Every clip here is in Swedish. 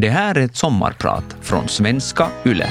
Det här är ett sommarprat från Svenska Yle.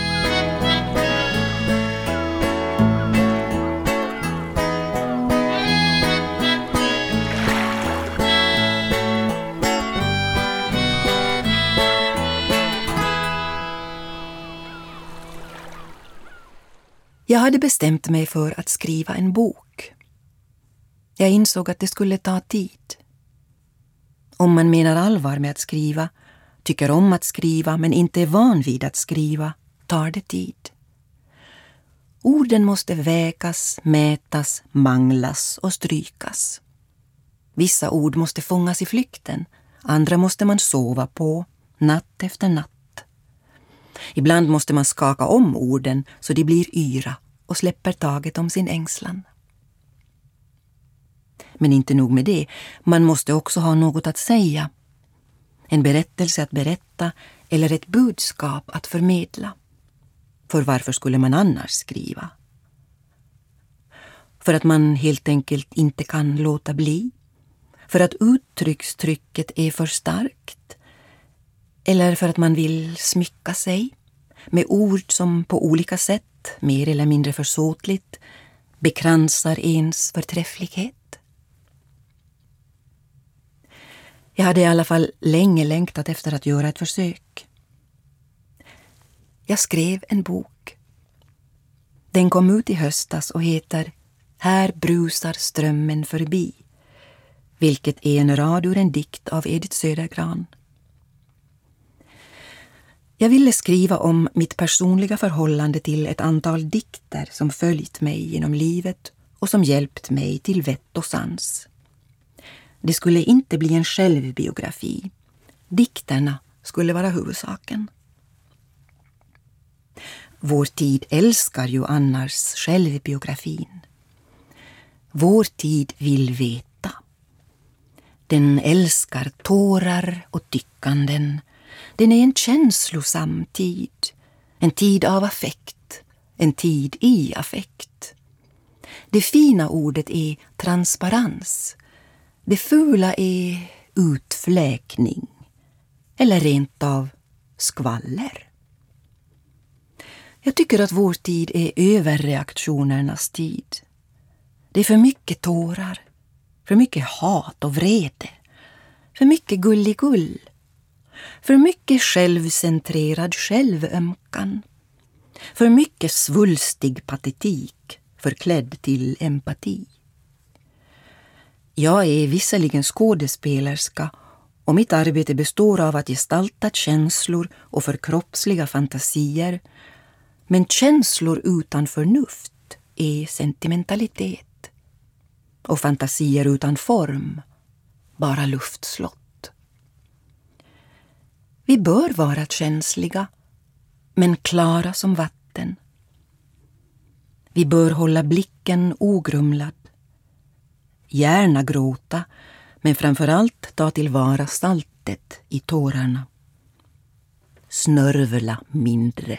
Jag hade bestämt mig för att skriva en bok. Jag insåg att det skulle ta tid. Om man menar allvar med att skriva, tycker om att skriva men inte är van vid att skriva, tar det tid. Orden måste vägas, mätas, manglas och strykas. Vissa ord måste fångas i flykten, andra måste man sova på, natt efter natt. Ibland måste man skaka om orden så de blir yra och släpper taget om sin ängslan. Men inte nog med det, man måste också ha något att säga. En berättelse att berätta eller ett budskap att förmedla. För varför skulle man annars skriva? För att man helt enkelt inte kan låta bli? För att uttryckstrycket är för starkt? Eller för att man vill smycka sig med ord som på olika sätt, mer eller mindre försåtligt, bekransar ens förträfflighet? Jag hade i alla fall länge längtat efter att göra ett försök. Jag skrev en bok. Den kom ut i höstas och heter Här brusar strömmen förbi, vilket är en rad ur en dikt av Edith Södergran. Jag ville skriva om mitt personliga förhållande till ett antal dikter som följt mig genom livet och som hjälpt mig till vett och sans. Det skulle inte bli en självbiografi. Dikterna skulle vara huvudsaken. Vår tid älskar ju annars självbiografin. Vår tid vill veta. Den älskar tårar och tyckanden. Den är en känslosam tid. En tid av affekt. En tid i affekt. Det fina ordet är transparens. Det fula är utfläkning. Eller rent av skvaller. Jag tycker att vår tid är överreaktionernas tid. Det är för mycket tårar. För mycket hat och vrede. För mycket gulligull. För mycket självcentrerad självömkan. För mycket svulstig patetik förklädd till empati. Jag är visserligen skådespelerska och mitt arbete består av att gestalta känslor och förkroppsliga fantasier. Men känslor utan förnuft är sentimentalitet. Och fantasier utan form, bara luftslott. Vi bör vara känsliga, men klara som vatten. Vi bör hålla blicken ogrumlad. Gärna gråta, men framförallt ta tillvara saltet i tårarna. Snörvla mindre.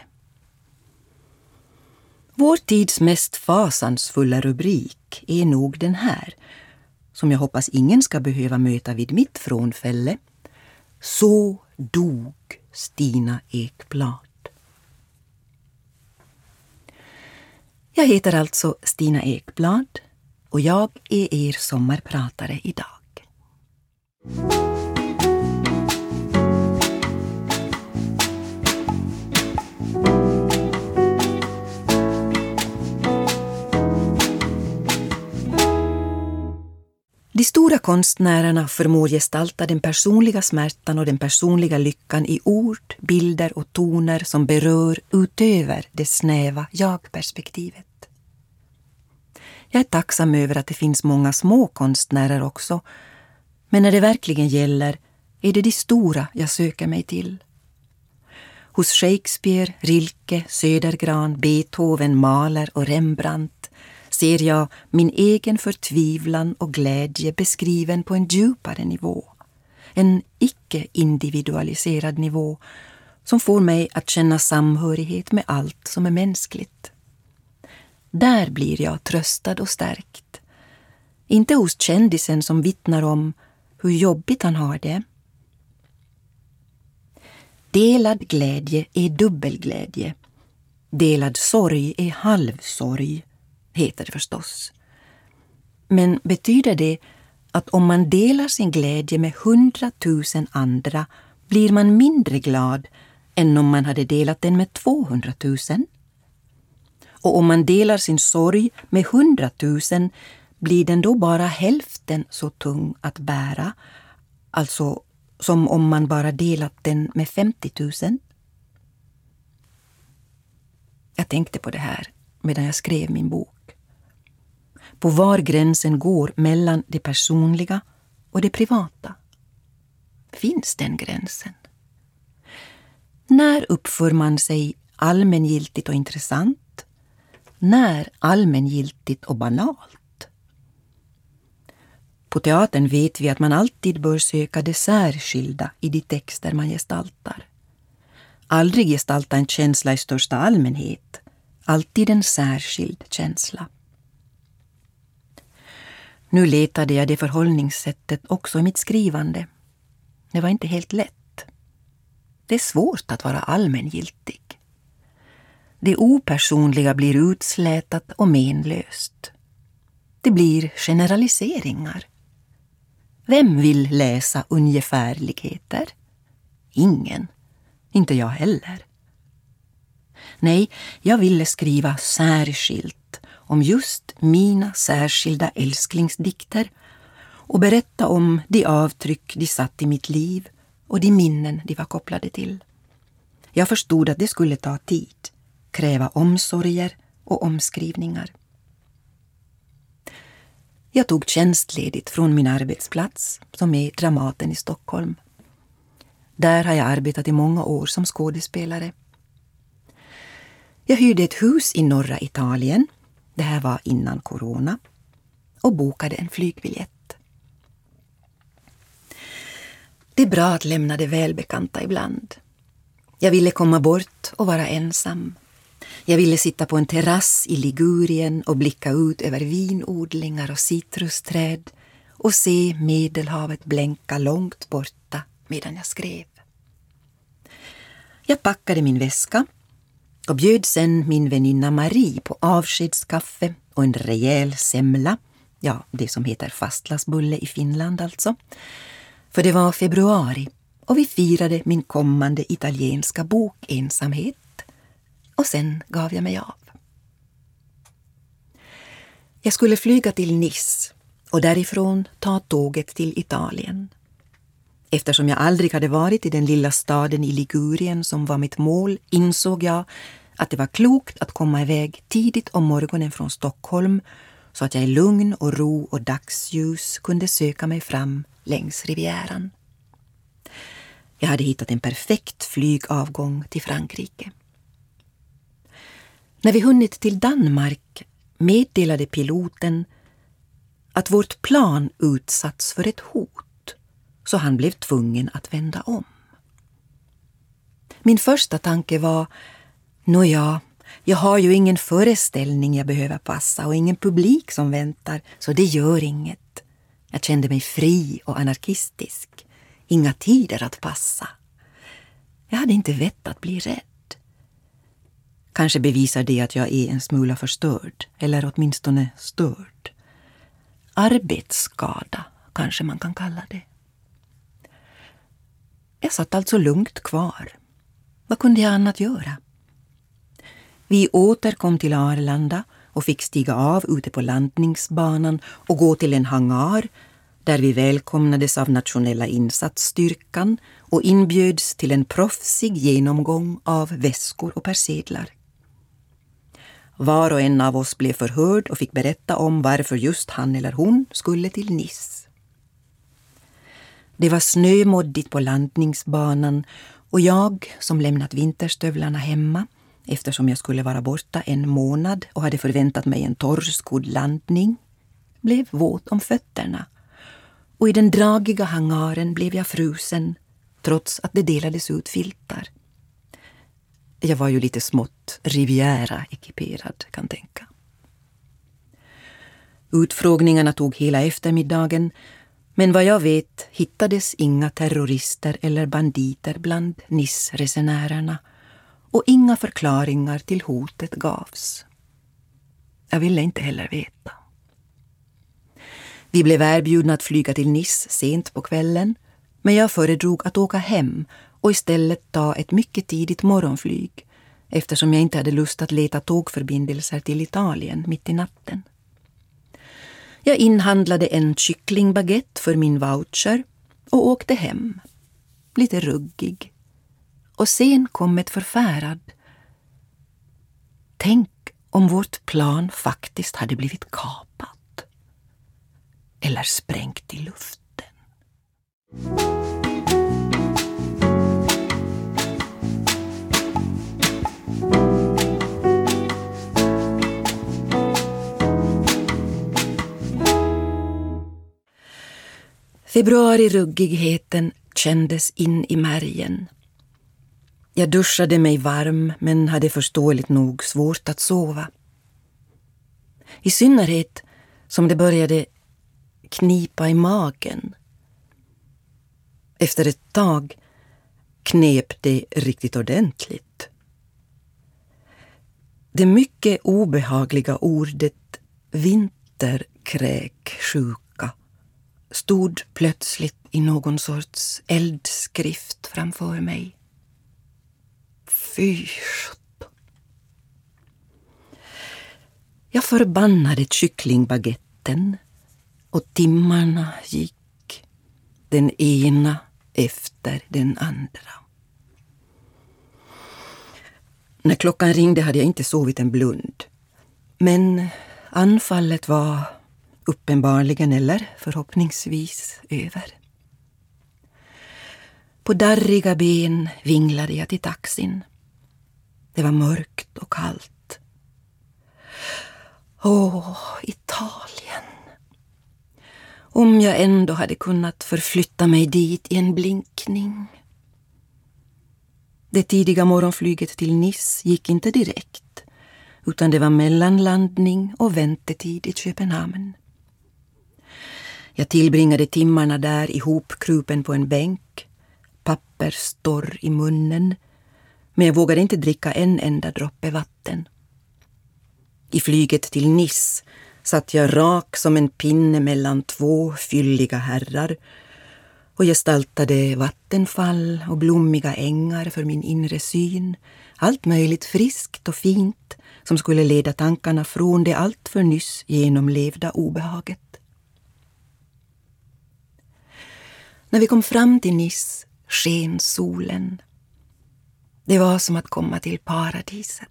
Vår tids mest fasansfulla rubrik är nog den här, som jag hoppas ingen ska behöva möta vid mitt frånfälle. Så dog Stina Ekblad. Jag heter alltså Stina Ekblad och jag är er sommarpratare idag. De stora konstnärerna förmår gestalta den personliga smärtan och den personliga lyckan i ord, bilder och toner som berör utöver det snäva jag-perspektivet. Jag är tacksam över att det finns många små konstnärer också, men när det verkligen gäller är det de stora jag söker mig till. Hos Shakespeare, Rilke, Södergran, Beethoven, Mahler och Rembrandt ser jag min egen förtvivlan och glädje beskriven på en djupare nivå. En icke-individualiserad nivå som får mig att känna samhörighet med allt som är mänskligt. Där blir jag tröstad och stärkt. Inte hos kändisen som vittnar om hur jobbigt han har det. Delad glädje är dubbelglädje. Delad sorg är halvsorg, heter det förstås. Men betyder det att om man delar sin glädje med 100 000 andra blir man mindre glad än om man hade delat den med 200 000? Och om man delar sin sorg med 100 000 blir den då bara hälften så tung att bära, alltså som om man bara delat den med 50 000? Jag tänkte på det här medan jag skrev min bok. På var gränsen går mellan det personliga och det privata. Finns den gränsen? När uppför man sig allmängiltigt och intressant? När allmängiltigt och banalt? På teatern vet vi att man alltid bör söka det särskilda i de texter man gestaltar. Aldrig gestalta en känsla i största allmänhet. Alltid en särskild känsla. Nu letade jag det förhållningssättet också i mitt skrivande. Det var inte helt lätt. Det är svårt att vara allmängiltig. Det opersonliga blir utslätat och menlöst. Det blir generaliseringar. Vem vill läsa ungefärligheter? Ingen. Inte jag heller. Nej, jag ville skriva särskilt om just mina särskilda älsklingsdikter och berätta om de avtryck de satt i mitt liv och de minnen de var kopplade till. Jag förstod att det skulle ta tid, kräva omsorger och omskrivningar. Jag tog tjänstledigt från min arbetsplats som är Dramaten i Stockholm. Där har jag arbetat i många år som skådespelare. Jag hyrde ett hus i norra Italien, det här var innan corona, och bokade en flygbiljett. Det är bra att lämna det välbekanta ibland. Jag ville komma bort och vara ensam. Jag ville sitta på en terrass i Ligurien och blicka ut över vinodlingar och citrusträd och se Medelhavet blänka långt borta medan jag skrev. Jag packade min väska och bjöd sen min väninna Marie på avskedskaffe och en rejäl semla, ja, det som heter fastlagsbulle i Finland alltså. För det var februari och vi firade min kommande italienska bok Ensamhet och sen gav jag mig av. Jag skulle flyga till Nice och därifrån ta tåget till Italien. Eftersom jag aldrig hade varit i den lilla staden i Ligurien som var mitt mål insåg jag att det var klokt att komma iväg tidigt om morgonen från Stockholm så att jag i lugn och ro och dagsljus kunde söka mig fram längs Rivieran. Jag hade hittat en perfekt flygavgång till Frankrike. När vi hunnit till Danmark meddelade piloten att vårt plan utsatts för ett hot, så han blev tvungen att vända om. Min första tanke var, nåja, jag har ju ingen föreställning jag behöver passa och ingen publik som väntar, så det gör inget. Jag kände mig fri och anarkistisk. Inga tider att passa. Jag hade inte vett att bli rädd. Kanske bevisar det att jag är en smula förstörd, eller åtminstone störd. Arbetsskada, kanske man kan kalla det. Jag satt alltså lugnt kvar. Vad kunde jag annat göra? Vi återkom till Arlanda och fick stiga av ute på landningsbanan och gå till en hangar där vi välkomnades av nationella insatsstyrkan och inbjöds till en proffsig genomgång av väskor och persedlar. Var och en av oss blev förhörd och fick berätta om varför just han eller hon skulle till Nice. Det var snömoddigt på landningsbanan och jag, som lämnat vinterstövlarna hemma eftersom jag skulle vara borta en månad och hade förväntat mig en torrskodd landning, blev våt om fötterna. Och i den dragiga hangaren blev jag frusen trots att det delades ut filtar. Jag var ju lite smått Riviera-ekiperad, kan tänka. Utfrågningarna tog hela eftermiddagen Men vad jag vet hittades inga terrorister eller banditer bland Nice-resenärerna och inga förklaringar till hotet gavs. Jag ville inte heller veta. Vi blev erbjudna att flyga till Nice sent på kvällen, men jag föredrog att åka hem och istället ta ett mycket tidigt morgonflyg eftersom jag inte hade lust att leta tågförbindelser till Italien mitt i natten. Jag inhandlade en kycklingbaguette för min voucher och åkte hem, lite ruggig. Och sen kom ett förfärad. Tänk om vårt plan faktiskt hade blivit kapat eller sprängt i luften. Februari-ruggigheten kändes in i märgen. Jag duschade mig varm men hade förståeligt nog svårt att sova. I synnerhet som det började knipa i magen. Efter ett tag knep det riktigt ordentligt. Det mycket obehagliga ordet vinterkräksjuka stod plötsligt i någon sorts eldskrift framför mig. Fy sjutton. Jag förbannade kycklingbaguetten och timmarna gick, den ena efter den andra. När klockan ringde hade jag inte sovit en blund. Men anfallet var uppenbarligen eller förhoppningsvis över. På darriga ben vinglade jag till taxin. Det var mörkt och kallt. Italien. Om jag ändå hade kunnat förflytta mig dit i en blinkning. Det tidiga morgonflyget till Nice gick inte direkt, utan det var mellanlandning och väntetid i Köpenhamn. Jag tillbringade timmarna där ihopkrupen på en bänk, papperstorr i munnen, men jag vågade inte dricka en enda droppe vatten. I flyget till Nice satt jag rak som en pinne mellan två fylliga herrar och gestaltade vattenfall och blommiga ängar för min inre syn. Allt möjligt friskt och fint som skulle leda tankarna från det allt för nyss genomlevda obehaget. När vi kom fram till Nice sken solen. Det var som att komma till paradiset.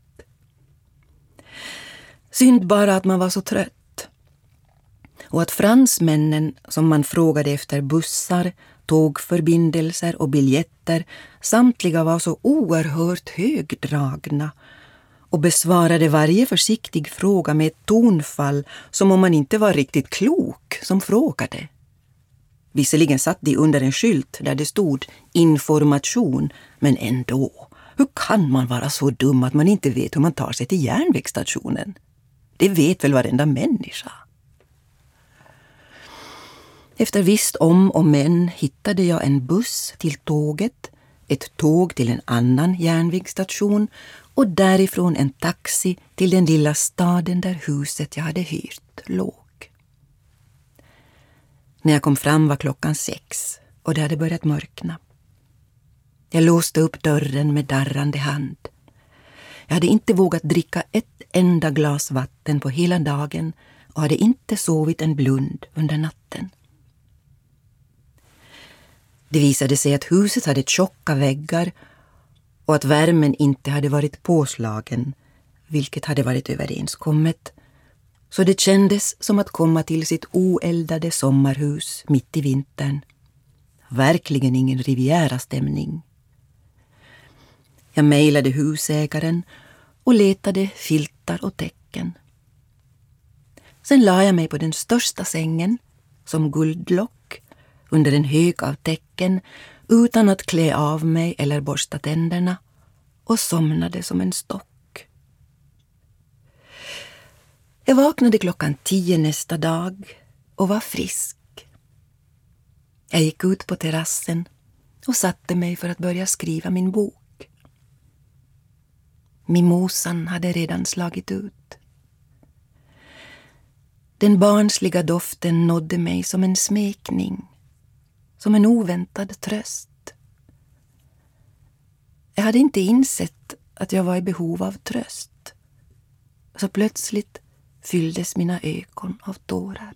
Synd bara att man var så trött. Och att fransmännen som man frågade efter bussar, tågförbindelser och biljetter samtliga var så oerhört högdragna och besvarade varje försiktig fråga med ett tonfall som om man inte var riktigt klok som frågade. Visserligen satt de under en skylt där det stod information, men ändå. Hur kan man vara så dum att man inte vet hur man tar sig till järnvägsstationen? Det vet väl varenda människa. Efter visst om och men hittade jag en buss till tåget, ett tåg till en annan järnvägsstation och därifrån en taxi till den lilla staden där huset jag hade hyrt låg. När jag kom fram var klockan 6 och det hade börjat mörkna. Jag låste upp dörren med darrande hand. Jag hade inte vågat dricka ett enda glas vatten på hela dagen och hade inte sovit en blund under natten. Det visade sig att huset hade tjocka väggar och att värmen inte hade varit påslagen, vilket hade varit överenskommet. Så det kändes som att komma till sitt oeldade sommarhus mitt i vintern. Verkligen ingen Riviera-stämning. Jag mejlade husägaren och letade filtar och täcken. Sen la jag mig på den största sängen, som guldlock, under en hög av täcken utan att klä av mig eller borsta tänderna och somnade som en stock. Jag vaknade klockan 10 nästa dag och var frisk. Jag gick ut på terrassen och satte mig för att börja skriva min bok. Mimosan hade redan slagit ut. Den barnsliga doften nådde mig som en smekning, som en oväntad tröst. Jag hade inte insett att jag var i behov av tröst. Så plötsligt fylldes mina ögon av tårar.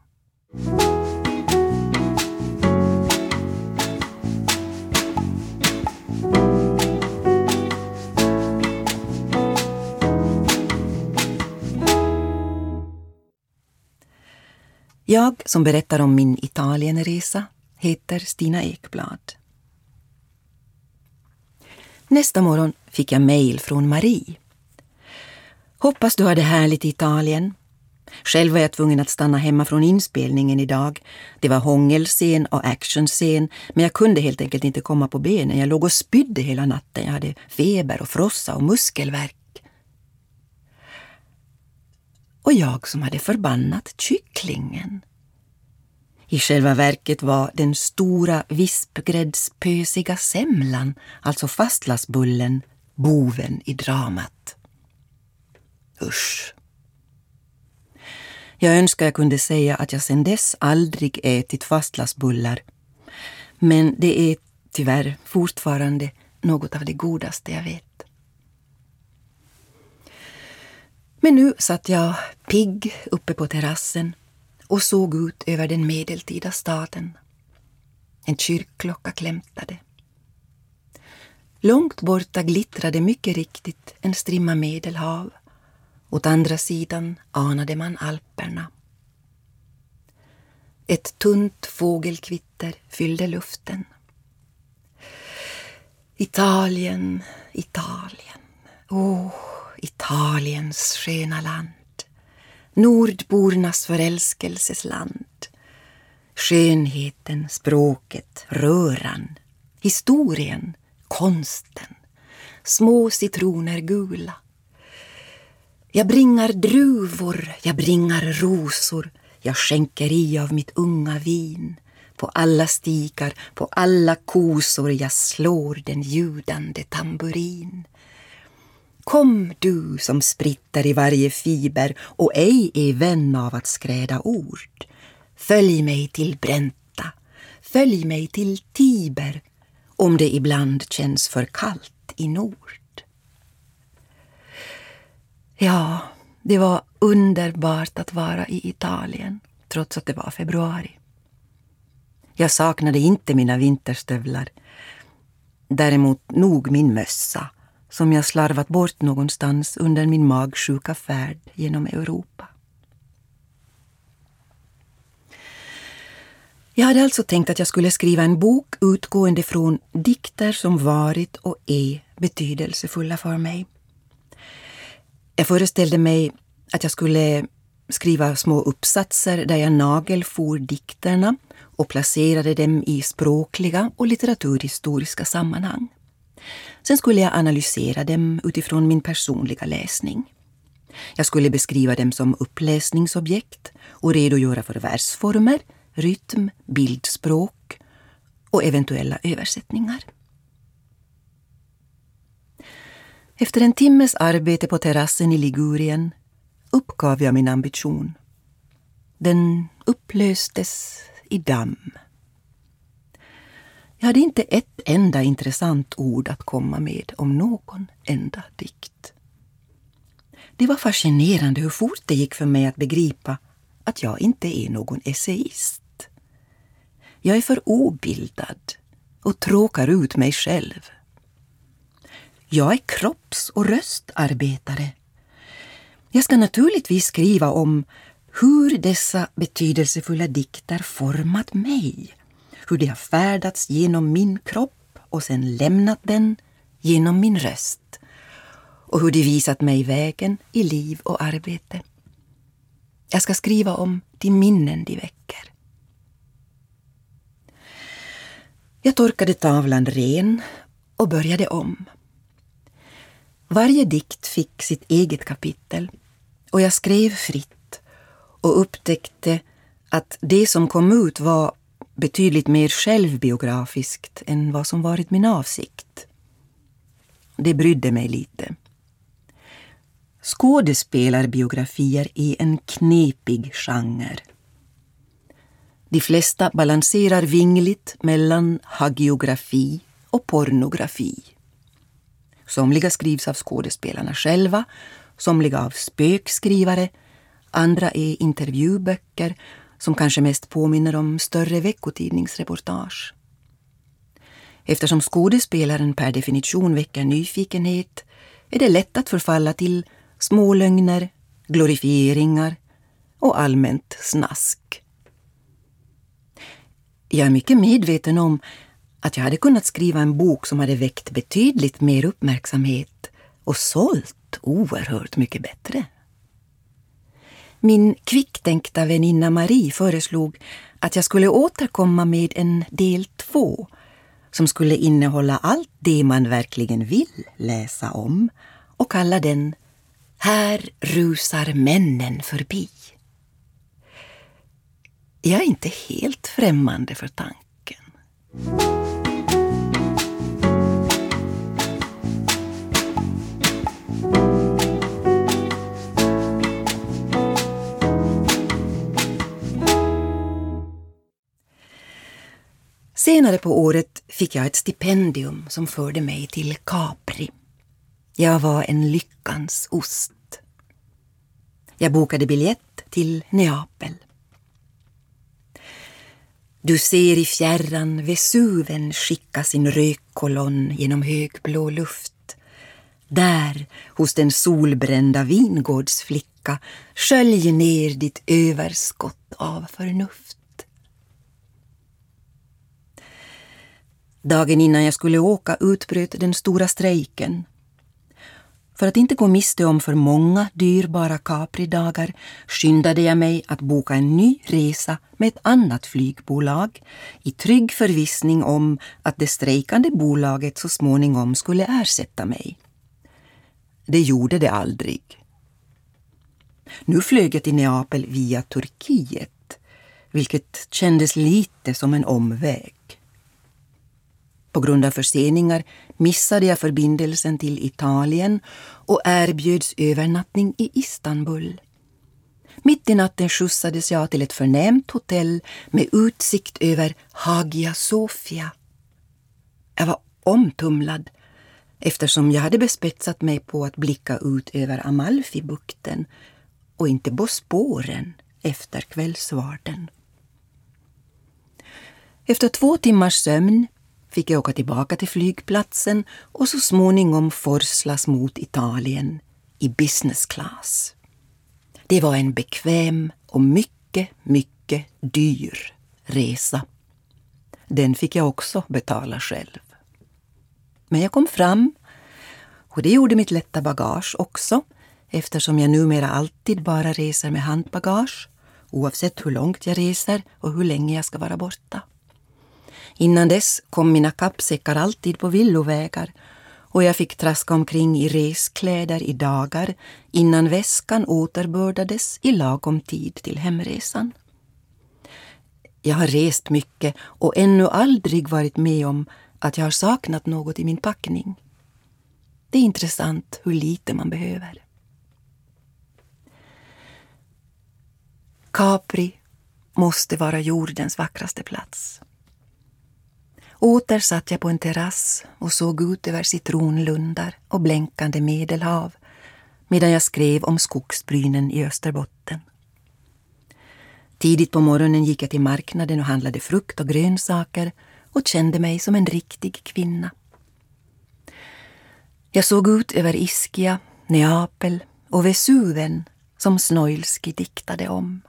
Jag som berättar om min Italienresa heter Stina Ekblad. Nästa morgon fick jag mejl från Marie. Hoppas du har det härligt i Italien. Själv var jag tvungen att stanna hemma från inspelningen idag. Det var hångelscen och actionscen, men jag kunde helt enkelt inte komma på benen. Jag låg och spydde hela natten. Jag hade feber och frossa och muskelvärk. Och jag som hade förbannat kycklingen. I själva verket var den stora vispgräddspösiga semlan, alltså fastlagsbullen, boven i dramat. Usch. Jag önskar jag kunde säga att jag sedan dess aldrig ätit fastlagsbullar. Men det är tyvärr fortfarande något av det godaste jag vet. Men nu satt jag pigg uppe på terrassen och såg ut över den medeltida staden. En kyrkklocka klämtade. Långt borta glittrade mycket riktigt en strimma Medelhav. Åt andra sidan anade man Alperna. Ett tunt fågelkvitter fyllde luften. Italien, Italien. Italiens sköna land. Nordbornas förälskelsesland. Skönheten, språket, röran, historien, konsten. Små citroner gula. Jag bringar druvor, jag bringar rosor. Jag skänker i av mitt unga vin. På alla stigar, på alla kosor jag slår den ljudande tamburin. Kom du som spritter i varje fiber och ej är vän av att skräda ord. Följ mig till Bränta, följ mig till Tiber, om det ibland känns för kallt i nord. Ja, det var underbart att vara i Italien, trots att det var februari. Jag saknade inte mina vinterstövlar, däremot nog min mössa, som jag slarvat bort någonstans under min magsjuka färd genom Europa. Jag hade alltså tänkt att jag skulle skriva en bok utgående från dikter som varit och är betydelsefulla för mig. Jag föreställde mig att jag skulle skriva små uppsatser där jag nagelfor dikterna och placerade dem i språkliga och litteraturhistoriska sammanhang. Sen skulle jag analysera dem utifrån min personliga läsning. Jag skulle beskriva dem som uppläsningsobjekt och redogöra för versformer, rytm, bildspråk och eventuella översättningar. Efter en timmes arbete på terrassen i Ligurien uppgav jag min ambition. Den upplöstes i damm. Jag hade inte ett enda intressant ord att komma med om någon enda dikt. Det var fascinerande hur fort det gick för mig att begripa att jag inte är någon essayist. Jag är för obildad och tråkar ut mig själv. Jag är kropps- och röstarbetare. Jag ska naturligtvis skriva om hur dessa betydelsefulla dikter format mig. Hur de har färdats genom min kropp och sen lämnat den genom min röst. Och hur de visat mig vägen i liv och arbete. Jag ska skriva om de minnen de väcker. Jag torkade tavlan ren och började om. Varje dikt fick sitt eget kapitel och jag skrev fritt och upptäckte att det som kom ut var betydligt mer självbiografiskt än vad som varit min avsikt. Det brydde mig lite. Skådespelarbiografier är en knepig genre. De flesta balanserar vingligt mellan hagiografi och pornografi. Somliga skrivs av skådespelarna själva, somliga av spökskrivare, andra är intervjuböcker som kanske mest påminner om större veckotidningsreportage. Eftersom skådespelaren per definition väcker nyfikenhet är det lätt att förfalla till smålögner, glorifieringar och allmänt snask. Jag är mycket medveten om att jag hade kunnat skriva en bok som hade väckt betydligt mer uppmärksamhet och sålt oerhört mycket bättre. Min kvicktänkta väninna Marie föreslog att jag skulle återkomma med en del 2 som skulle innehålla allt det man verkligen vill läsa om och kalla den Här rusar männen förbi. Jag är inte helt främmande för tanken. Senare på året fick jag ett stipendium som förde mig till Capri. Jag var en lyckans ost. Jag bokade biljett till Neapel. Du ser i fjärran Vesuven skicka sin rökkolonn genom högblå luft. Där, hos den solbrända vingårdsflicka, sköljer ner ditt överskott av förnuft. Dagen innan jag skulle åka utbröt den stora strejken. För att inte gå miste om för många dyrbara Capri-dagar skyndade jag mig att boka en ny resa med ett annat flygbolag i trygg förvissning om att det strejkande bolaget så småningom skulle ersätta mig. Det gjorde det aldrig. Nu flög jag till Neapel via Turkiet, vilket kändes lite som en omväg. På grund av förseningar missade jag förbindelsen till Italien och erbjöds övernattning i Istanbul. Mitt i natten skjutsades jag till ett förnämt hotell med utsikt över Hagia Sophia. Jag var omtumlad eftersom jag hade bespetsat mig på att blicka ut över Amalfibukten och inte Bosporen efter kvällsvarden. Efter 2 timmars sömn fick jag åka tillbaka till flygplatsen och så småningom forslas mot Italien i business class. Det var en bekväm och mycket, mycket dyr resa. Den fick jag också betala själv. Men jag kom fram och det gjorde mitt lätta bagage också, eftersom jag numera alltid bara reser med handbagage, oavsett hur långt jag reser och hur länge jag ska vara borta. Innan dess kom mina kappsäckar alltid på villovägar och jag fick traska omkring i reskläder i dagar innan väskan återbördades i lagom tid till hemresan. Jag har rest mycket och ännu aldrig varit med om att jag har saknat något i min packning. Det är intressant hur lite man behöver. Capri måste vara jordens vackraste plats. Åter satt jag på en terrass och såg ut över citronlundar och blänkande Medelhav medan jag skrev om skogsbrynen i Österbotten. Tidigt på morgonen gick jag till marknaden och handlade frukt och grönsaker och kände mig som en riktig kvinna. Jag såg ut över Ischia, Neapel och Vesuven som Snoilsky diktade om.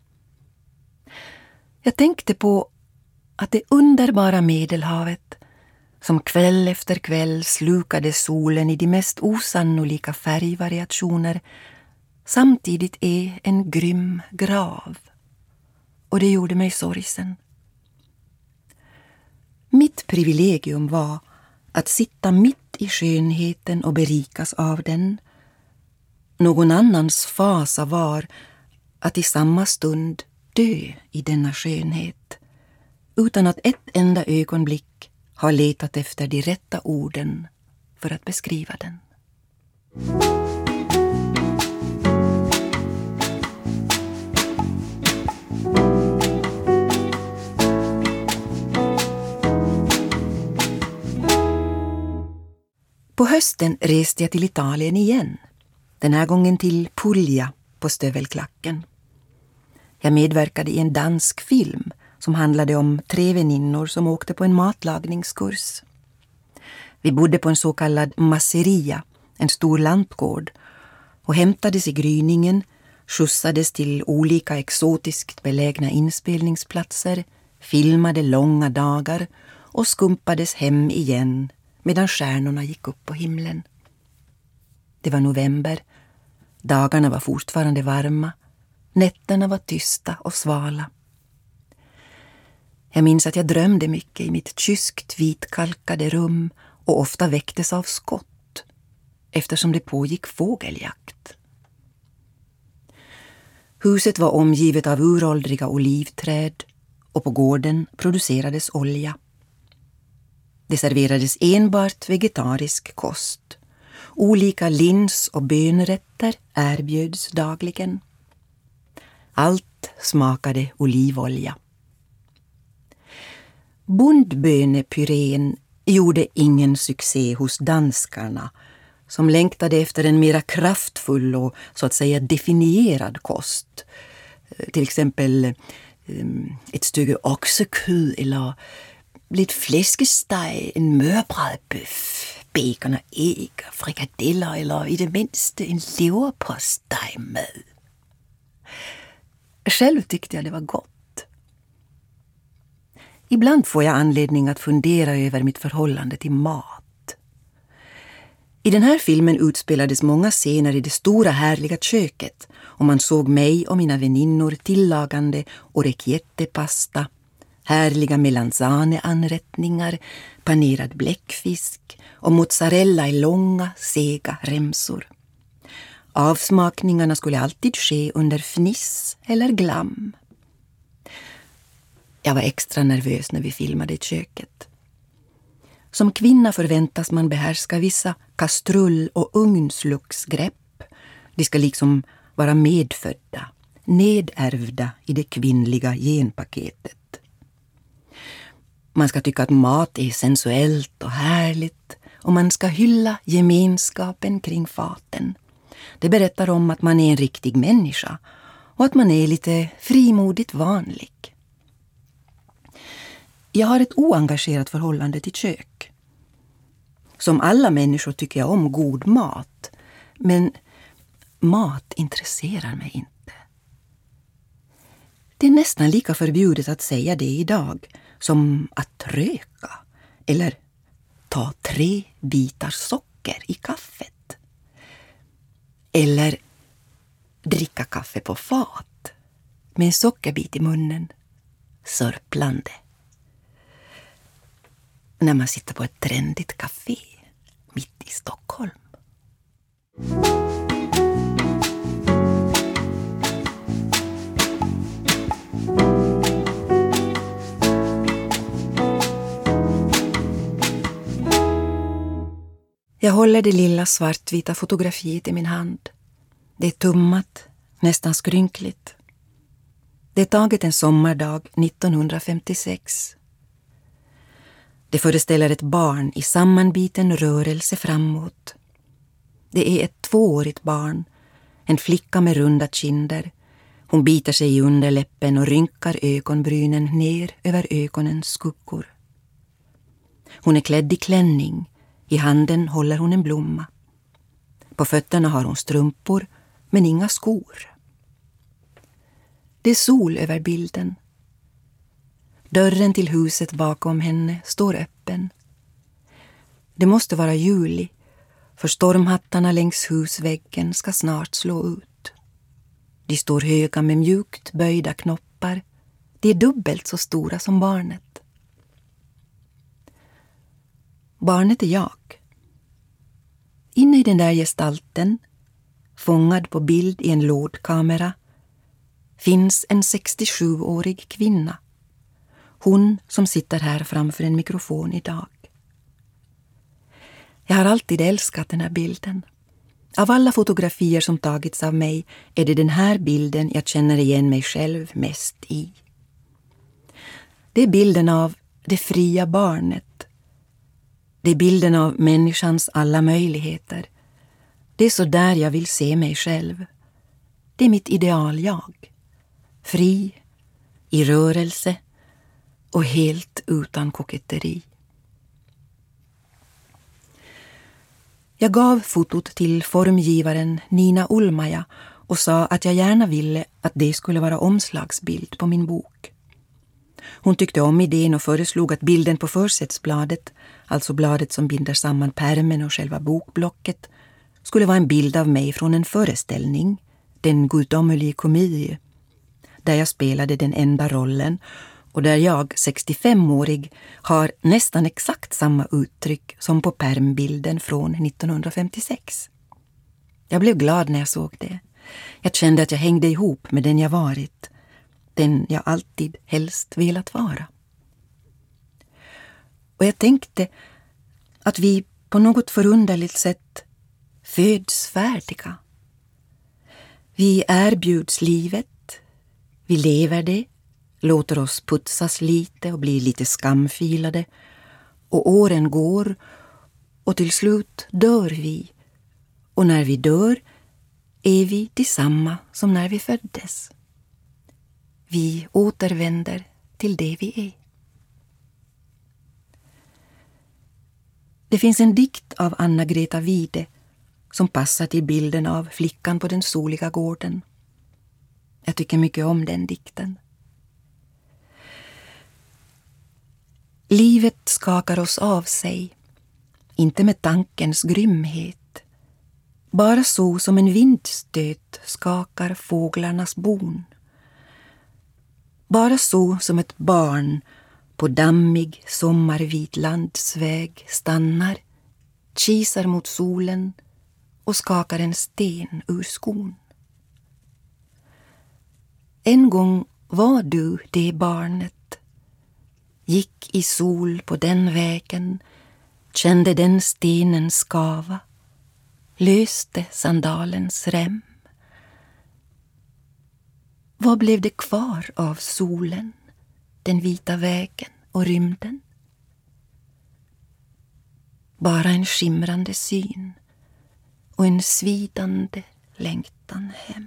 Jag tänkte på att det underbara Medelhavet, som kväll efter kväll slukade solen i de mest osannolika färgvariationer, samtidigt är en grym grav. Och det gjorde mig sorgsen. Mitt privilegium var att sitta mitt i skönheten och berikas av den. Någon annans fasa var att i samma stund dö i denna skönhet, utan att ett enda ögonblick ha letat efter de rätta orden för att beskriva den. På hösten reste jag till Italien igen. Den här gången till Puglia på Stövelklacken. Jag medverkade i en dansk film som handlade om 3 väninnor som åkte på en matlagningskurs. Vi bodde på en så kallad masseria, en stor lantgård, och hämtades i gryningen, skjutsades till olika exotiskt belägna inspelningsplatser, filmade långa dagar och skumpades hem igen medan stjärnorna gick upp på himlen. Det var november, dagarna var fortfarande varma, nätterna var tysta och svala. Jag minns att jag drömde mycket i mitt kyskt vitkalkade rum och ofta väcktes av skott, eftersom det pågick fågeljakt. Huset var omgivet av uråldriga olivträd och på gården producerades olja. Det serverades enbart vegetarisk kost. Olika lins- och bönrätter erbjöds dagligen. Allt smakade olivolja. Bondbönepyrén gjorde ingen succé hos danskarna som längtade efter en mera kraftfull och så att säga definierad kost. Till exempel ett stycke oksekød eller lite fläskesteg, en mörbrödbøf, bacon och ägg, frikadeller eller i det minsta en leverpostej med. Själv tyckte jag det var gott. Ibland får jag anledning att fundera över mitt förhållande till mat. I den här filmen utspelades många scener i det stora härliga köket och man såg mig och mina väninnor tillagande orecchiette-pasta, härliga melanzane-anrättningar, panerad bläckfisk och mozzarella i långa, sega remsor. Avsmakningarna skulle alltid ske under fniss eller glam. Jag var extra nervös när vi filmade i köket. Som kvinna förväntas man behärska vissa kastrull- och ugnslucksgrepp. De ska liksom vara medfödda, nedärvda i det kvinnliga genpaketet. Man ska tycka att mat är sensuellt och härligt och man ska hylla gemenskapen kring faten. Det berättar om att man är en riktig människa och att man är lite frimodigt vanlig. Jag har ett oengagerat förhållande till kök. Som alla människor tycker jag om god mat, men mat intresserar mig inte. Det är nästan lika förbjudet att säga det idag som att röka eller ta 3 bitar socker i kaffet. Eller dricka kaffe på fat med en sockerbit i munnen, sörplande. När man sitter på ett trendigt café mitt i Stockholm. Jag håller det lilla svartvita fotografiet i min hand. Det är tummat, nästan skrynkligt. Det är taget en sommardag 1956. Det föreställer ett barn i sammanbiten rörelse framåt. Det är ett 2-årigt barn, en flicka med runda kinder. Hon biter sig i underläppen och rynkar ögonbrynen ner över ögonens skuggor. Hon är klädd i klänning, i handen håller hon en blomma. På fötterna har hon strumpor, men inga skor. Det är sol över bilden. Dörren till huset bakom henne står öppen. Det måste vara juli, för stormhattarna längs husväggen ska snart slå ut. De står höga med mjukt böjda knoppar. De är dubbelt så stora som barnet. Barnet är jag. Inne i den där gestalten, fångad på bild i en lådkamera, finns en 67-årig kvinna. Hon som sitter här framför en mikrofon idag. Jag har alltid älskat den här bilden. Av alla fotografier som tagits av mig är det den här bilden jag känner igen mig själv mest i. Det är bilden av det fria barnet. Det är bilden av människans alla möjligheter. Det är så där jag vill se mig själv. Det är mitt ideal jag. Fri, i rörelse och helt utan koketteri. Jag gav fotot till formgivaren Nina Ulmaja och sa att jag gärna ville att det skulle vara omslagsbild på min bok. Hon tyckte om idén och föreslog att bilden på försättsbladet, alltså bladet som binder samman pärmen och själva bokblocket, skulle vara en bild av mig från en föreställning, Den gudomlige komedie, där jag spelade den enda rollen och där jag, 65-årig, har nästan exakt samma uttryck som på pärmbilden från 1956. Jag blev glad när jag såg det. Jag kände att jag hängde ihop med den jag varit, den jag alltid helst velat vara. Och jag tänkte att vi på något förunderligt sätt föds färdiga. Vi erbjuds livet, vi lever det, låter oss putsas lite och blir lite skamfilade, och åren går och till slut dör vi. Och när vi dör är vi detsamma som när vi föddes. Vi återvänder till det vi är. Det finns en dikt av Anna-Greta Wide som passar till bilden av flickan på den soliga gården. Jag tycker mycket om den dikten. Livet skakar oss av sig, inte med tankens grymhet, bara så som en vindstöt skakar fåglarnas bon. Bara så som ett barn på dammig sommarvit landsväg stannar, kisar mot solen och skakar en sten ur skon. En gång var du det barnet, gick i sol på den vägen, kände den stenen skava, löste sandalens rem. Vad blev det kvar av solen, den vita vägen och rymden? Bara en skimrande syn och en svidande längtan hem.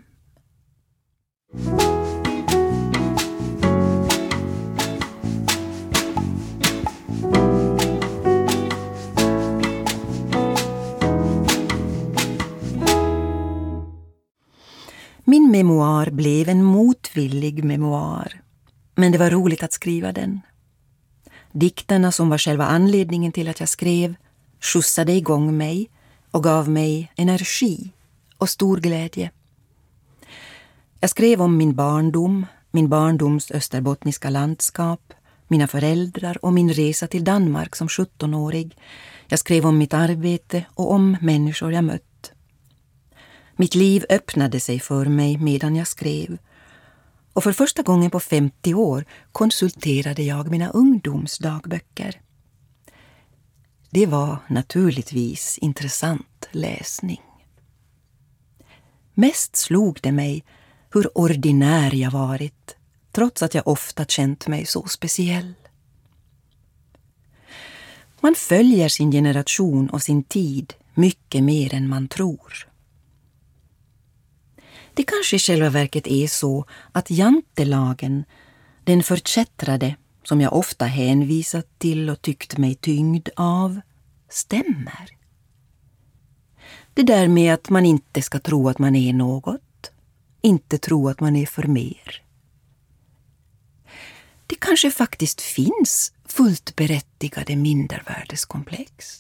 Min memoar blev en motvillig memoar, men det var roligt att skriva den. Dikterna som var själva anledningen till att jag skrev skjutsade igång mig och gav mig energi och stor glädje. Jag skrev om min barndom, min barndoms österbottniska landskap, mina föräldrar och min resa till Danmark som 17-årig. Jag skrev om mitt arbete och om människor jag mött. Mitt liv öppnade sig för mig medan jag skrev. Och för första gången på 50 år konsulterade jag mina ungdomsdagböcker. Det var naturligtvis intressant läsning. Mest slog det mig hur ordinär jag varit, trots att jag ofta känt mig så speciell. Man följer sin generation och sin tid mycket mer än man tror. Det kanske i själva verket är så att jantelagen, den förkättrade, som jag ofta hänvisat till och tyckt mig tyngd av, stämmer. Det där med att man inte ska tro att man är något, inte tro att man är för mer. Det kanske faktiskt finns fullt berättigade mindervärdeskomplex.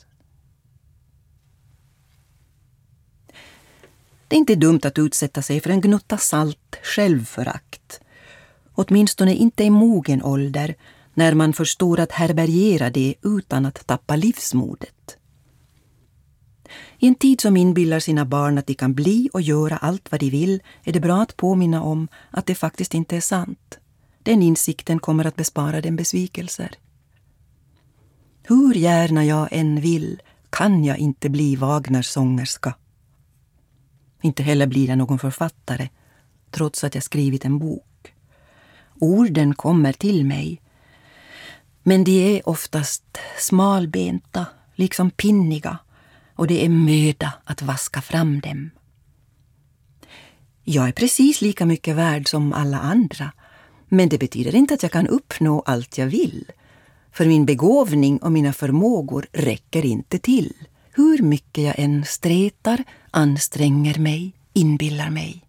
Det är inte dumt att utsätta sig för en gnutta salt självförakt. Åtminstone inte i mogen ålder, när man förstår att härbärgera det utan att tappa livsmodet. I en tid som inbillar sina barn att de kan bli och göra allt vad de vill är det bra att påminna om att det faktiskt inte är sant. Den insikten kommer att bespara den besvikelser. Hur gärna jag än vill kan jag inte bli Wagners sångerska. Inte heller blir jag någon författare, trots att jag skrivit en bok. Orden kommer till mig, men de är oftast smalbenta, liksom pinniga, och det är möda att vaska fram dem. Jag är precis lika mycket värd som alla andra, men det betyder inte att jag kan uppnå allt jag vill. För min begåvning och mina förmågor räcker inte till, hur mycket jag än stretar, anstränger mig, inbillar mig.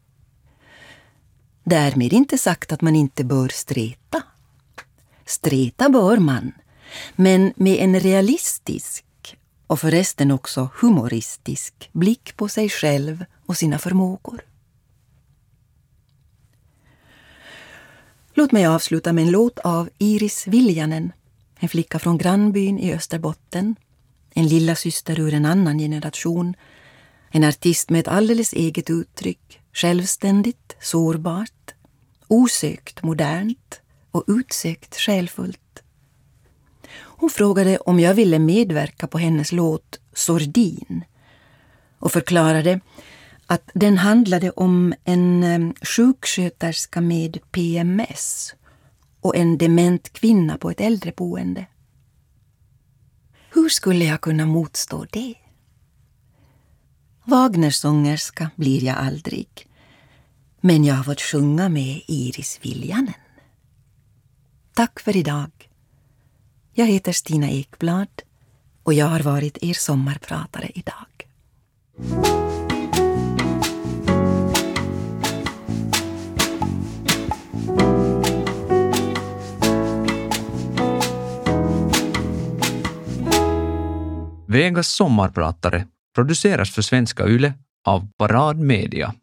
Därmed inte sagt att man inte bör streta. Streta bör man, men med en realistisk och förresten också humoristisk blick på sig själv och sina förmågor. Låt mig avsluta med en låt av Iris Viljanen, en flicka från grannbyn i Österbotten, en lilla syster ur en annan generation, en artist med ett alldeles eget uttryck, självständigt, sårbart, osökt modernt och utsökt själfullt. Hon frågade om jag ville medverka på hennes låt Sordin och förklarade att den handlade om en sjuksköterska med PMS och en dement kvinna på ett äldreboende. Hur skulle jag kunna motstå det? Wagners sångerska blir jag aldrig, men jag har fått sjunga med Iris Viljanen. Tack för idag. Jag heter Stina Ekblad och jag har varit er sommarpratare idag. Vegas sommarpratare produceras för Svenska Yle av Parad Media.